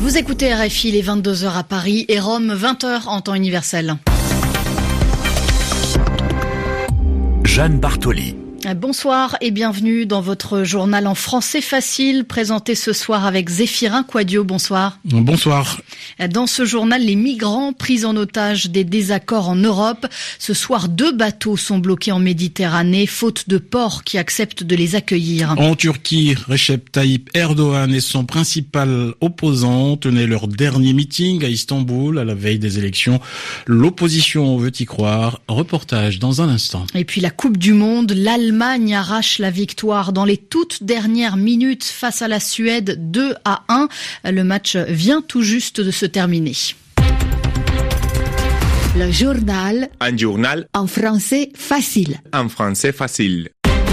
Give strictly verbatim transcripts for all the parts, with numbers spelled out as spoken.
Vous écoutez R F I, les vingt-deux heures à Paris et Rome, vingt heures en temps universel. Jeanne Bartoli. Bonsoir et bienvenue dans votre journal en français facile, présenté ce soir avec Zéphirin Quadio. Bonsoir. Bonsoir. Dans ce journal, les migrants pris en otage des désaccords en Europe. Ce soir, deux bateaux sont bloqués en Méditerranée, faute de ports qui acceptent de les accueillir. En Turquie, Recep Tayyip Erdogan et son principal opposant tenaient leur dernier meeting à Istanbul à la veille des élections. L'opposition veut y croire. Reportage dans un instant. Et puis la Coupe du Monde, l'Allemagne L'Allemagne arrache la victoire dans les toutes dernières minutes face à la Suède, deux à un. Le match vient tout juste de se terminer. Le journal. Un journal. En français facile. En français facile.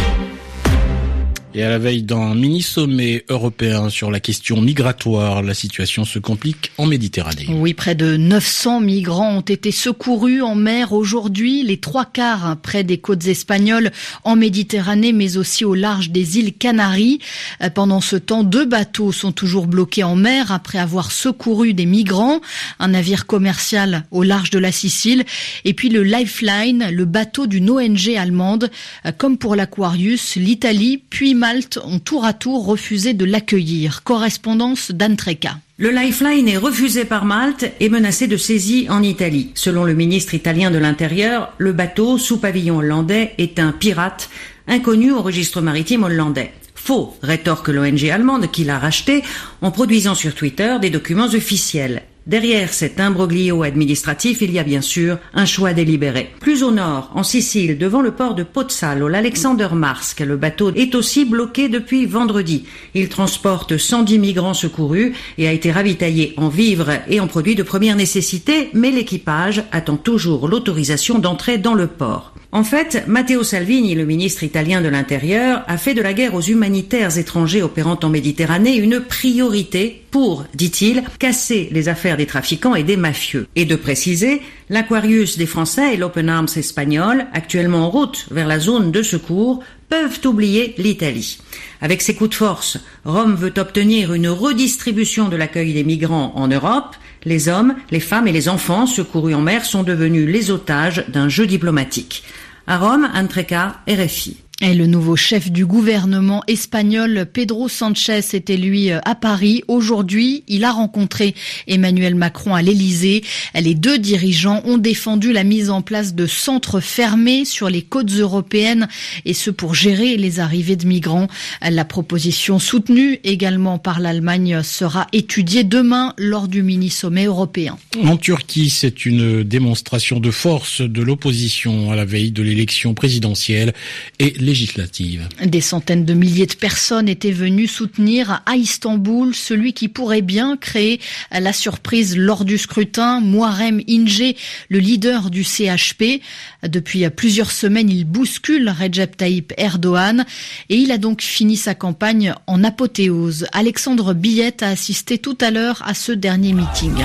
Et à la veille d'un mini-sommet européen sur la question migratoire, la situation se complique en Méditerranée. Oui, près de neuf cents migrants ont été secourus en mer aujourd'hui, les trois quarts près des côtes espagnoles en Méditerranée, mais aussi au large des îles Canaries. Pendant ce temps, deux bateaux sont toujours bloqués en mer après avoir secouru des migrants. Un navire commercial au large de la Sicile et puis le Lifeline, le bateau d'une O N G allemande. Comme pour l'Aquarius, l'Italie puis Malte ont tour à tour refusé de l'accueillir. Correspondance d'Anne Treca. Le Lifeline est refusé par Malte et menacé de saisie en Italie. Selon le ministre italien de l'Intérieur, le bateau sous pavillon hollandais est un pirate inconnu au registre maritime hollandais. Faux, rétorque l'O N G allemande qui l'a racheté en produisant sur Twitter des documents officiels. Derrière cet imbroglio administratif, il y a bien sûr un choix délibéré. Plus au nord, en Sicile, devant le port de Pozzallo, l'Alexandermarsk, le bateau est aussi bloqué depuis vendredi. Il transporte cent dix migrants secourus et a été ravitaillé en vivres et en produits de première nécessité, mais l'équipage attend toujours l'autorisation d'entrer dans le port. En fait, Matteo Salvini, le ministre italien de l'Intérieur, a fait de la guerre aux humanitaires étrangers opérant en Méditerranée une priorité pour, dit-il, casser les affaires des trafiquants et des mafieux. Et de préciser, l'Aquarius des Français et l'Open Arms espagnol, actuellement en route vers la zone de secours, peuvent oublier l'Italie. Avec ses coups de force, Rome veut obtenir une redistribution de l'accueil des migrants en Europe. Les hommes, les femmes et les enfants secourus en mer sont devenus les otages d'un jeu diplomatique. À Rome, Anne Treca, R F I. Et le nouveau chef du gouvernement espagnol, Pedro Sánchez, était lui à Paris. Aujourd'hui, il a rencontré Emmanuel Macron à l'Élysée. Les deux dirigeants ont défendu la mise en place de centres fermés sur les côtes européennes, et ce pour gérer les arrivées de migrants. La proposition soutenue également par l'Allemagne sera étudiée demain lors du mini-sommet européen. En Turquie, c'est une démonstration de force de l'opposition à la veille de l'élection présidentielle et législative. Des centaines de milliers de personnes étaient venues soutenir à Istanbul celui qui pourrait bien créer la surprise lors du scrutin, Muharrem İnce, le leader du C H P. Depuis plusieurs semaines, il bouscule Recep Tayyip Erdogan et il a donc fini sa campagne en apothéose. Alexandre Billette a assisté tout à l'heure à ce dernier meeting.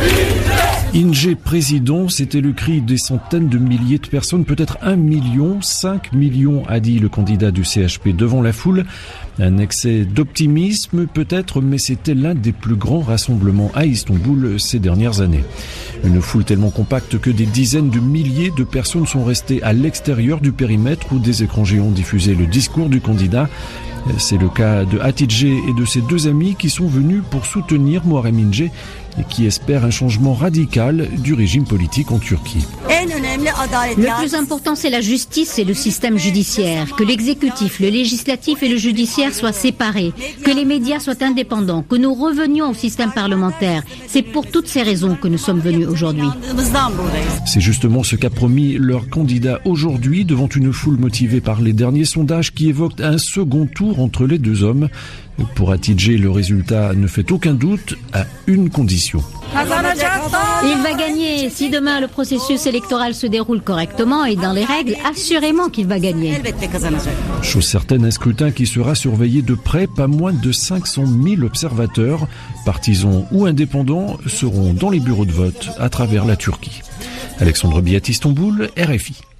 İnce président, c'était le cri des centaines de milliers de personnes, peut-être un million, cinq millions, a dit le candidat du C H P devant la foule. Un excès d'optimisme peut-être, mais c'était l'un des plus grands rassemblements à Istanbul ces dernières années. Une foule tellement compacte que des dizaines de milliers de personnes sont restées à l'extérieur du périmètre où des écrans géants diffusaient le discours du candidat. C'est le cas de Hatice et de ses deux amis qui sont venus pour soutenir Muharrem İnce et qui espèrent un changement radical du régime politique en Turquie. Le plus important, c'est la justice et le système judiciaire. Que l'exécutif, le législatif et le judiciaire soient séparés. Que les médias soient indépendants. Que nous revenions au système parlementaire. C'est pour toutes ces raisons que nous sommes venus aujourd'hui. C'est justement ce qu'a promis leur candidat aujourd'hui devant une foule motivée par les derniers sondages qui évoquent un second tour entre les deux hommes. Pour Hatice, le résultat ne fait aucun doute à une condition. Il va gagner. Si demain le processus électoral se déroule correctement et dans les règles, assurément qu'il va gagner. Chose certaine, un scrutin qui sera surveillé de près, pas moins de cinq cent mille observateurs, partisans ou indépendants, seront dans les bureaux de vote à travers la Turquie. Alexandre Billette, Istanbul, R F I.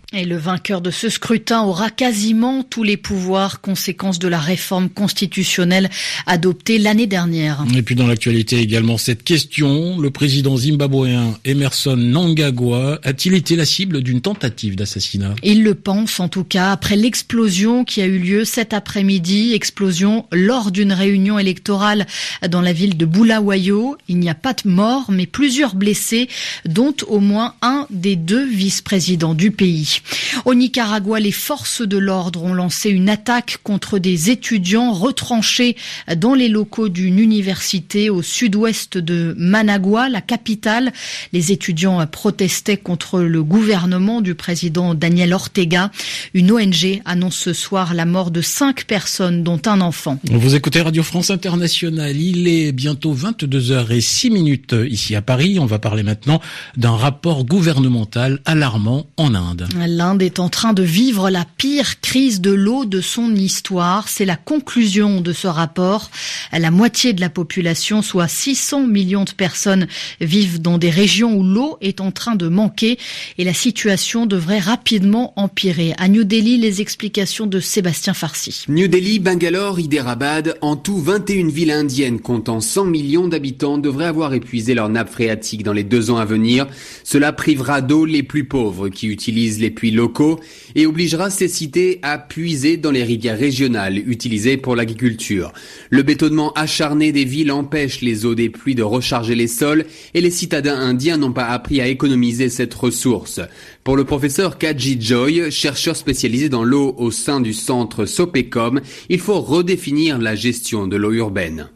Et le vainqueur de ce scrutin aura quasiment tous les pouvoirs, conséquence de la réforme constitutionnelle adoptée l'année dernière. Et puis dans l'actualité également cette question, le président zimbabwéen Emmerson Mnangagwa a-t-il été la cible d'une tentative d'assassinat ? Il le pense en tout cas, après l'explosion qui a eu lieu cet après-midi, explosion lors d'une réunion électorale dans la ville de Bulawayo. Il n'y a pas de morts, mais plusieurs blessés, dont au moins un des deux vice-présidents du pays. Au Nicaragua, les forces de l'ordre ont lancé une attaque contre des étudiants retranchés dans les locaux d'une université au sud-ouest de Managua, la capitale. Les étudiants protestaient contre le gouvernement du président Daniel Ortega. Une O N G annonce ce soir la mort de cinq personnes, dont un enfant. Vous écoutez Radio France Internationale. Il est bientôt vingt-deux heures zéro six minutes ici à Paris. On va parler maintenant d'un rapport gouvernemental alarmant en Inde. L'Inde est en train de vivre la pire crise de l'eau de son histoire. C'est la conclusion de ce rapport. La moitié de la population, soit six cents millions de personnes, vivent dans des régions où l'eau est en train de manquer et la situation devrait rapidement empirer. À New Delhi, les explications de Sébastien Farsi. New Delhi, Bangalore, Hyderabad, en tout vingt et une villes indiennes comptant cent millions d'habitants devraient avoir épuisé leur nappe phréatique dans les deux ans à venir. Cela privera d'eau les plus pauvres qui utilisent les puits locaux et obligera ces cités à puiser dans les rivières régionales utilisées pour l'agriculture. Le bétonnement acharné des villes empêche les eaux des pluies de recharger les sols et les citadins indiens n'ont pas appris à économiser cette ressource. Pour le professeur Kaji Joy, chercheur spécialisé dans l'eau au sein du centre Sopecom, il faut redéfinir la gestion de l'eau urbaine.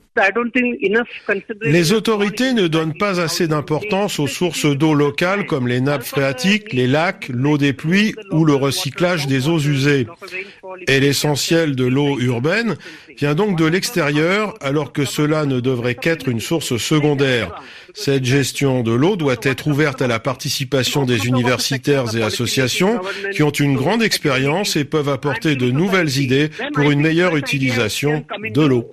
Les autorités ne donnent pas assez d'importance aux sources d'eau locales comme les nappes phréatiques, les lacs, l'eau des pluies ou le recyclage des eaux usées. Et l'essentiel de l'eau urbaine vient donc de l'extérieur alors que cela ne devrait qu'être une source secondaire. Cette gestion de l'eau doit être ouverte à la participation des universitaires et associations qui ont une grande expérience et peuvent apporter de nouvelles idées pour une meilleure utilisation de l'eau.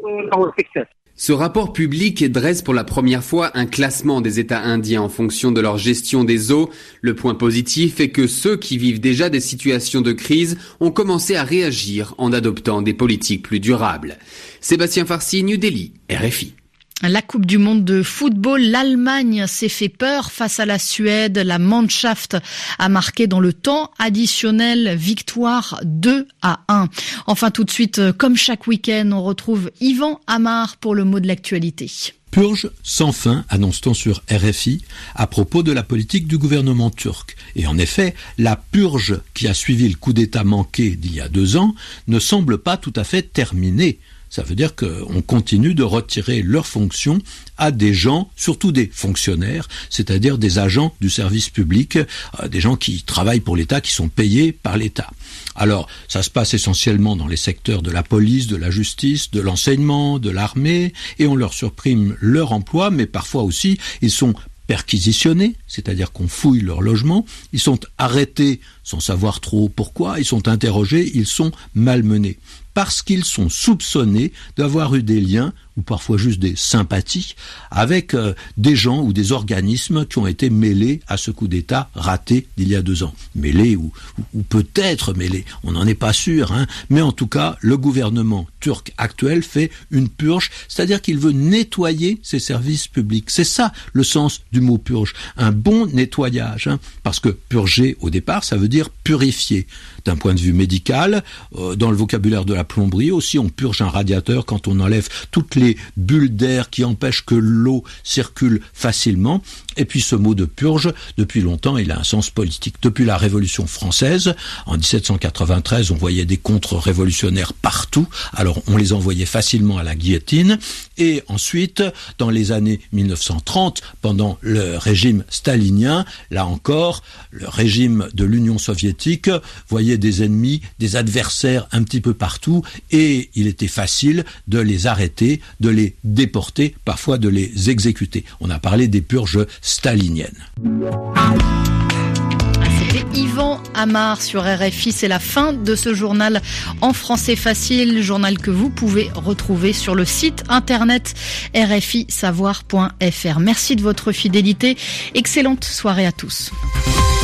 Ce rapport public dresse pour la première fois un classement des États indiens en fonction de leur gestion des eaux. Le point positif est que ceux qui vivent déjà des situations de crise ont commencé à réagir en adoptant des politiques plus durables. Sébastien Farsi, New Delhi, R F I. La Coupe du monde de football, l'Allemagne s'est fait peur face à la Suède. La Mannschaft a marqué dans le temps additionnel, victoire deux à un. Enfin, tout de suite, comme chaque week-end, on retrouve Yvan Amar pour le mot de l'actualité. Purge sans fin, annonce-t-on sur R F I, à propos de la politique du gouvernement turc. Et en effet, la purge qui a suivi le coup d'État manqué d'il y a deux ans ne semble pas tout à fait terminée. Ça veut dire qu'on continue de retirer leurs fonctions à des gens, surtout des fonctionnaires, c'est-à-dire des agents du service public, euh, des gens qui travaillent pour l'État, qui sont payés par l'État. Alors, ça se passe essentiellement dans les secteurs de la police, de la justice, de l'enseignement, de l'armée, et on leur supprime leur emploi, mais parfois aussi, ils sont perquisitionnés, c'est-à-dire qu'on fouille leur logement, ils sont arrêtés sans savoir trop pourquoi, ils sont interrogés, ils sont malmenés. Parce qu'ils sont soupçonnés d'avoir eu des liens, ou parfois juste des sympathies, avec euh, des gens ou des organismes qui ont été mêlés à ce coup d'État raté d'il y a deux ans. Mêlés ou, ou, ou peut-être mêlés, on n'en est pas sûr, hein, mais en tout cas, le gouvernement turc actuel fait une purge, c'est-à-dire qu'il veut nettoyer ses services publics. C'est ça le sens du mot purge, un bon nettoyage, hein, parce que purger au départ, ça veut dire purifier. D'un point de vue médical, euh, dans le vocabulaire de la plomberie aussi, on purge un radiateur quand on enlève toutes les bulles d'air qui empêchent que l'eau circule facilement. Et puis ce mot de purge, depuis longtemps, il a un sens politique. Depuis la Révolution française, en dix-sept cent quatre-vingt-treize, on voyait des contre-révolutionnaires partout. Alors on les envoyait facilement à la guillotine. Et ensuite, dans les années mille neuf cent trente, pendant le régime stalinien, là encore, le régime de l'Union soviétique voyait des ennemis, des adversaires un petit peu partout, et il était facile de les arrêter, de les déporter, parfois de les exécuter. On a parlé des purges staliniennes. C'était Yvan Amar sur R F I. C'est la fin de ce journal en français facile, journal que vous pouvez retrouver sur le site internet r f i savoir point f r. Merci de votre fidélité. Excellente soirée à tous.